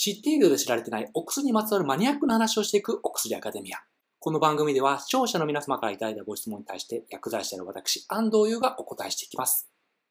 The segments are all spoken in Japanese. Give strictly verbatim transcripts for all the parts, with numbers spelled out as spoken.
知っているようで知られてないお薬にまつわるマニアックな話をしていくお薬アカデミア。この番組では視聴者の皆様からいただいたご質問に対して薬剤師である私、安藤優がお答えしていきます。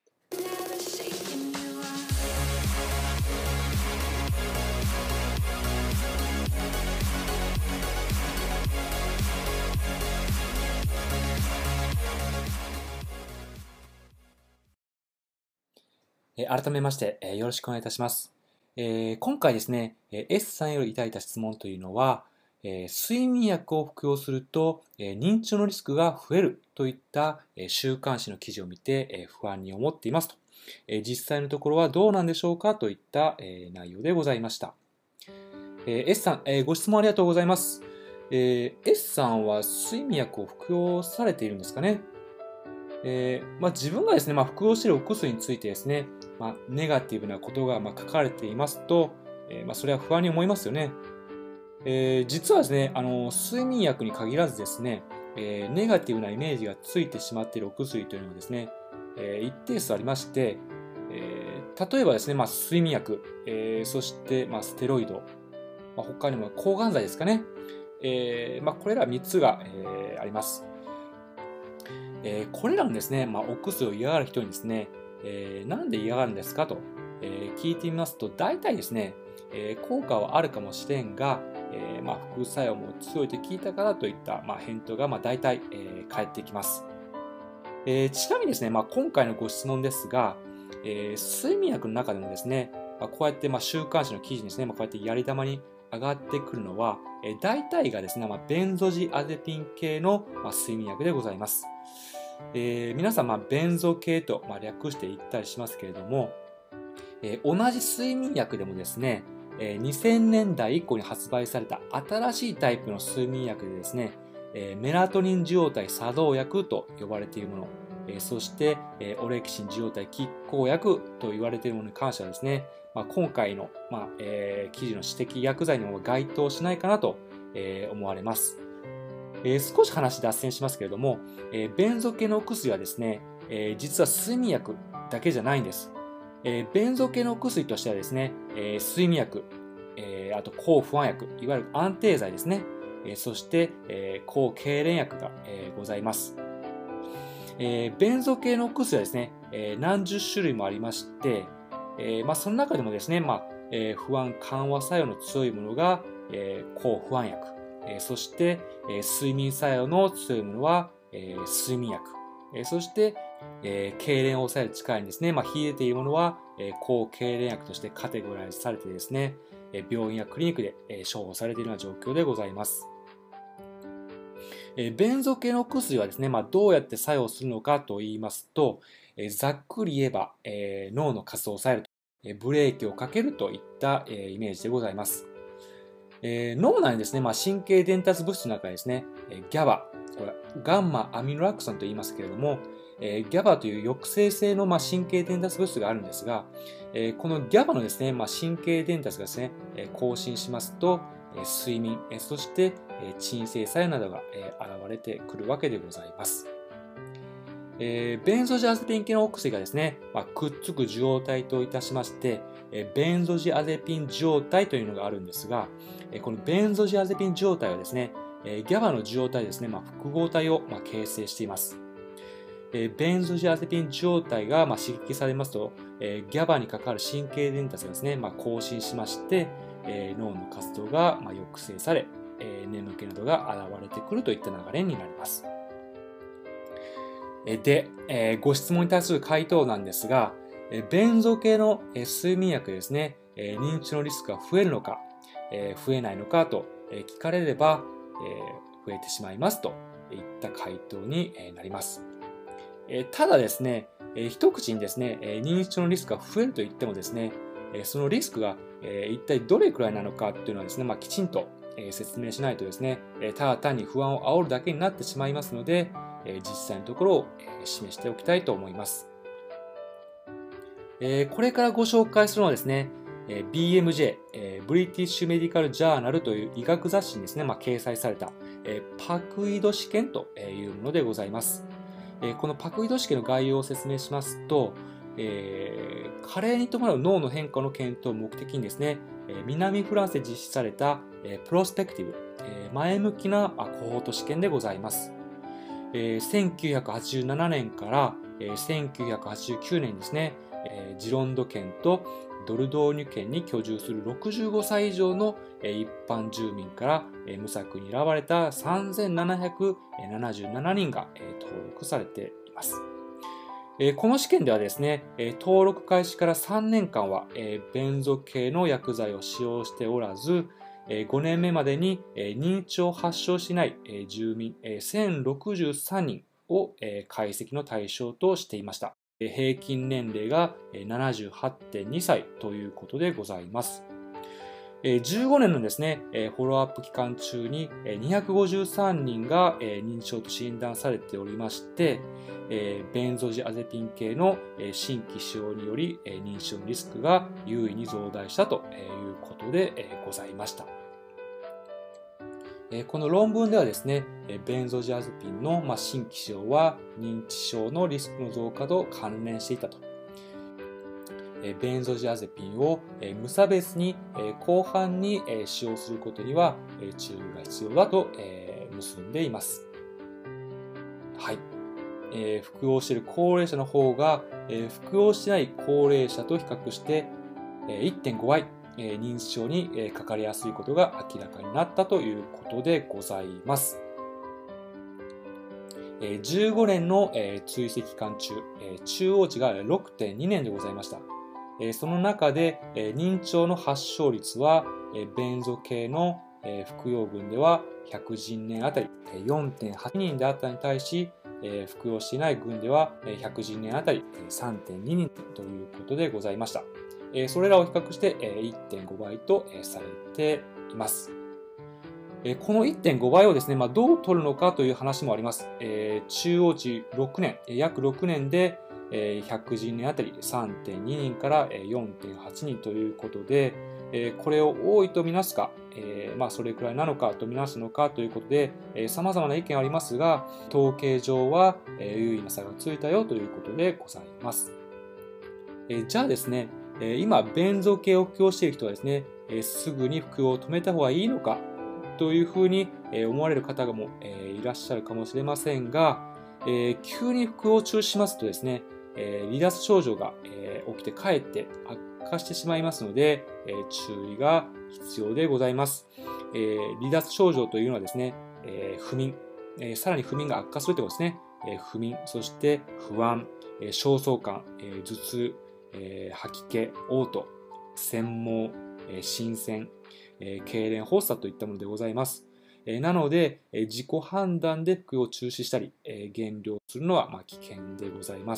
えー、改めまして、えー、よろしくお願いいたします。えー、今回ですね、えー、S さんよりいただいた質問というのは、えー、睡眠薬を服用すると、えー、認知症のリスクが増えるといった、えー、週刊誌の記事を見て、えー、不安に思っていますと、えー、実際のところはどうなんでしょうかといった、えー、内容でございました。えー、S さん、えー、ご質問ありがとうございます。えー、S さんは睡眠薬を服用されているんですかね。えーまあ、自分がですね、まあ、服用しているお薬についてですね、まあ、ネガティブなことがまあ書かれていますと、えーまあ、それは不安に思いますよね。えー、実はですね、あの睡眠薬に限らずですね、えー、ネガティブなイメージがついてしまっているお薬というのはですね、えー、一定数ありまして、えー、例えばですね、まあ、睡眠薬、えー、そして、まあ、ステロイド、まあ、他にも抗がん剤ですかね、えーまあ、これらみっつが、えー、あります。えー、これらのですね、まあ、お薬を嫌がる人にですね、えー、なんで嫌がるんですかと、えー、聞いてみますと、大体ですね、えー、効果はあるかもしれんが、えーまあ、副作用も強いと聞いたからといった、まあ、返答が、まあ、大体、えー、返ってきます。えー、ちなみにですね、まあ、今回のご質問ですが、えー、睡眠薬の中でもですね、まあ、こうやって、まあ、週刊誌の記事にですね、まあ、こうやってやり玉に上がってくるのは、えー、大体がですね、まあ、ベンゾジアゼピン系の、まあ、睡眠薬でございます。えー、皆さん、まあ、ベンゾ系と、まあ、略して言ったりしますけれども、えー、同じ睡眠薬でもですね、えー、にせんねんだい以降に発売された新しいタイプの睡眠薬でですね、えー、メラトニン受容体作動薬と呼ばれているもの、えー、そして、えー、オレキシン受容体拮抗薬と言われているものに関してはですね、まあ、今回の、まあえー、記事の指摘薬剤にも該当しないかなと、えー、思われます。えー、少し話脱線しますけれども、えー、ベンゾ系のお薬はですね、えー、実は睡眠薬だけじゃないんです。えー、ベンゾ系のお薬としてはですね、えー、睡眠薬、えー、あと抗不安薬、いわゆる安定剤ですね、えー、そして、えー、抗痙攣薬が、えー、ございます。えー、ベンゾ系のお薬はですね、えー、何十種類もありまして、えーまあ、その中でもですね、まあえー、不安緩和作用の強いものが、えー、抗不安薬、えー、そして、えー、睡眠作用の強いものは、えー、睡眠薬、えー、そして、えー、痙攣を抑える力にですね、まあ、秀でているものは、えー、抗痙攣薬としてカテゴライズされてですね、えー、病院やクリニックで、えー、処方されているような状況でございます。えー、ベンゾ系の薬はですね、まあ、どうやって作用するのかと言いますと、えー、ざっくり言えば、えー、脳の活動を抑えると、えー、ブレーキをかけるといった、えー、イメージでございます。えー、脳内にですね、まあ、神経伝達物質の中にですね、えー、ギャバ、これガンマアミノラクソンと言いますけれども、えー、ギャバという抑制性の、まあ、神経伝達物質があるんですが、えー、このギャバのですね、まあ、神経伝達がですね、えー、更新しますと、えー、睡眠、えー、そして、えー、鎮静作用などが、えー、現れてくるわけでございます。えー、ベンゾジアゼピン系のお薬がですね、まあ、くっつく受容体といたしまして、えー、ベンゾジアゼピン受容体というのがあるんですが、えー、このベンゾジアゼピン受容体はですね、えー、ギャバの受容体ですね、まあ、複合体を、まあ、形成しています。えー、ベンゾジアゼピン受容体が、まあ、刺激されますと、えー、ギャバにかかる神経伝達がですね、まあ、更新しまして、えー、脳の活動が、まあ、抑制され、えー、眠気などが現れてくるといった流れになります。で、えー、ご質問に対する回答なんですが、ベンゾ系の睡眠薬でですね、認知症のリスクが増えるのか、増えないのかと聞かれれば、増えてしまいますといった回答になります。ただですね、一口にですね、認知症のリスクが増えると言ってもですね、そのリスクが一体どれくらいなのかっていうのはですね、まあ、きちんと説明しないとですね、ただ単に不安を煽るだけになってしまいますので、実際のところを示しておきたいと思います。これからご紹介するのはですね、ビーエムジェー、ブリティッシュメディカルジャーナルという医学雑誌にですね、まあ、掲載されたパクイド試験というものでございます。このパクイド試験の概要を説明しますと、 えー、加齢に伴う脳の変化の検討を目的にですね、南フランスで実施されたプロスペクティブ、前向きなコホート試験でございます。せんきゅうひゃくはちじゅうななねんからせんきゅうひゃくはちじゅうきゅうねんにですね、ジロンド県とドルドーニュ県に居住するろくじゅうごさい以上の一般住民から無作為に選ばれたさんぜんななひゃくななじゅうななにんが登録されています。この試験ではですね、登録開始からさんねんかんはベンゾ系の薬剤を使用しておらず、ごねんめまでに認知症を発症しない住民せんろくじゅうさんにんを解析の対象としていました。平均年齢が ななじゅうはってんにさいということでございます。じゅうごねんのですね、フォローアップ期間中ににひゃくごじゅうさんにんが認知症と診断されておりまして、ベンゾジアゼピン系の新規使用により認知症のリスクが優位に増大したということでございました。この論文ではですね、ベンゾジアゼピンの新規使用は認知症のリスクの増加と関連していたと。ベンゾジアゼピンを無差別に広範に使用することには注意が必要だと結んでいます。はい。服用している高齢者の方が服用していない高齢者と比較して いってんごばい認知症にかかりやすいことが明らかになったということでございます。じゅうごねんの追跡期間中、中央値が ろくてんにねんでございました。その中で認知症の発症率はベンゾ系の服用群ではひゃくじんねんあたり よんてんはちにんであったに対し、服用していない群ではひゃくじんねんあたり さんてんににんということでございました。それらを比較して いってんごばいとされています。この いってんごばいをですね、まあ、どう取るのかという話もあります。中央値ろくねん、約ろくねんでひゃくじんねんあたり さんてんににんから よんてんはちにんということで、これを多いとみなすか、まあ、それくらいなのかとみなすのかということで、様々な意見ありますが、統計上は有意な差がついたよということでございます。じゃあですね、今、ベンゾ系を服用している人はですね、すぐに服用を止めた方がいいのかというふうに思われる方もいらっしゃるかもしれませんが、急に服用を中止しますとですね、離脱症状が起きてかえって悪化してしまいますので、注意が必要でございます。離脱症状というのはですね、不眠、さらに不眠が悪化するということですね。不眠、そして不安、焦燥感、頭痛、吐き気、嘔吐、痙攣、心線、痙攣発作といったものでございます。なので、自己判断で服用を中止したり、減量するのは危険でございます。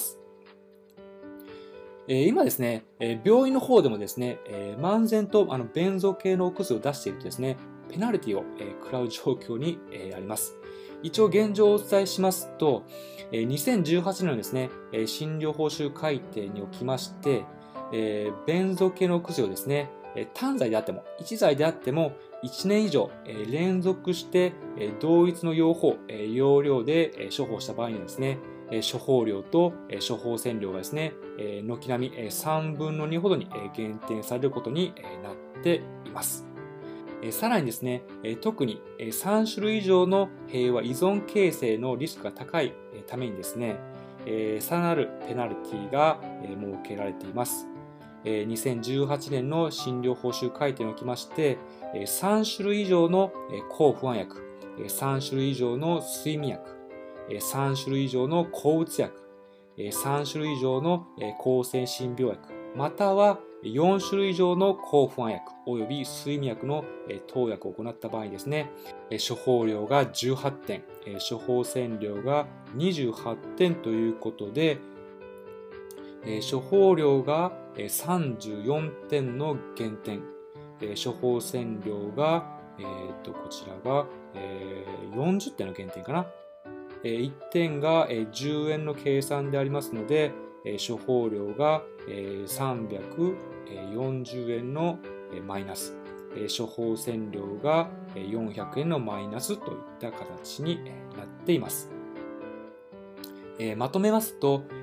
今ですね、病院の方でもですね、漫然とあのベンゾ系のお薬を出しているとですね、ペナルティを食らう状況にあります。一応現状をお伝えしますと、にせんじゅうはちねんのですね、診療報酬改定におきまして、ベンゾ系のお薬をですね、単剤であっても、いち剤であっても、いちねん以上連続して同一の用法、用量で処方した場合にはですね、処方量と処方箋量がですね、軒並みさんぶんのにほどに減点されることになっています。さらにですね、特にさんしゅるい以上の平和依存形成のリスクが高いためにですね、さらなるペナルティが設けられています。にせんじゅうはちねんの診療報酬改定におきまして、さんしゅるい以上の抗不安薬、さんしゅるい以上の睡眠薬、さんしゅるい以上の抗うつ薬、さんしゅるい以上の抗精神病薬、またはよんしゅるい以上の抗不安薬及び睡眠薬の投薬を行った場合にですね、処方量がじゅうはってん、処方箋量がにじゅうはってんということで、処方量がさんじゅうよんてんの減点、処方箋量が、えー、とこちらがよんじゅってんの減点かな。いってんがじゅうえんの計算でありますので、処方量がさんびゃくよんじゅうえんのマイナス、処方箋量がよんひゃくえんのマイナスといった形になっています。まとめますと、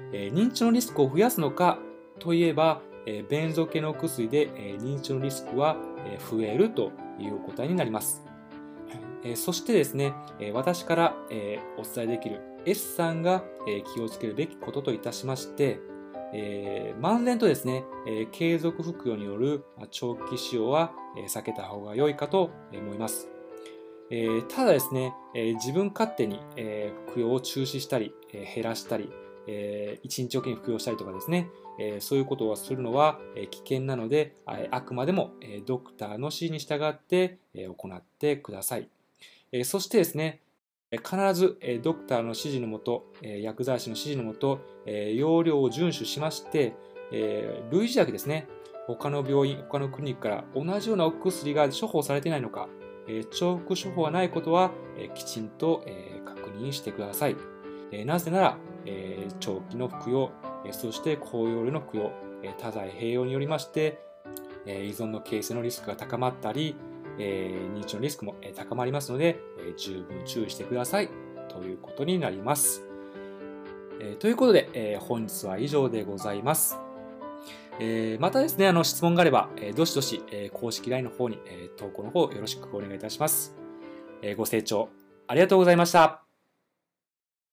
えー、認知症のリスクを増やすのかといえば、えー、便所系の薬で、えー、認知症のリスクは、えー、増えるという答えになります。えー、そしてですね、えー、私から、えー、お伝えできる S さんが、えー、気をつけるべきことといたしまして、えー、漫然とですね、えー、継続服用による長期使用は、えー、避けた方が良いかと思います。えー、ただですね、えー、自分勝手に、えー、服用を中止したり、えー、減らしたり、えー、いちにちおきに服用したりとかですね、えー、そういうことをするのは、えー、危険なので、あくまでも、えー、ドクターの指示に従って、えー、行ってください。えー、そしてですね、必ず、えー、ドクターの指示のもと、えー、薬剤師の指示のもと、えー、用量を遵守しまして、えー、類似薬ですね、他の病院、他のクリニックから同じようなお薬が処方されていないのか、えー、重複処方がないことは、えー、きちんと、えー、確認してください。えー、なぜなら、えー、長期の服用、えー、そして高容量の服用、えー、多剤併用によりまして、えー、依存の形成のリスクが高まったり、えー、認知症のリスクも高まりますので、えー、十分注意してくださいということになります。えー、ということで、えー、本日は以上でございます。えー、またですね、あの質問があれば、えー、どしどし、えー、公式 ライン の方に、えー、投稿の方よろしくお願いいたします。えー、ご清聴ありがとうございました。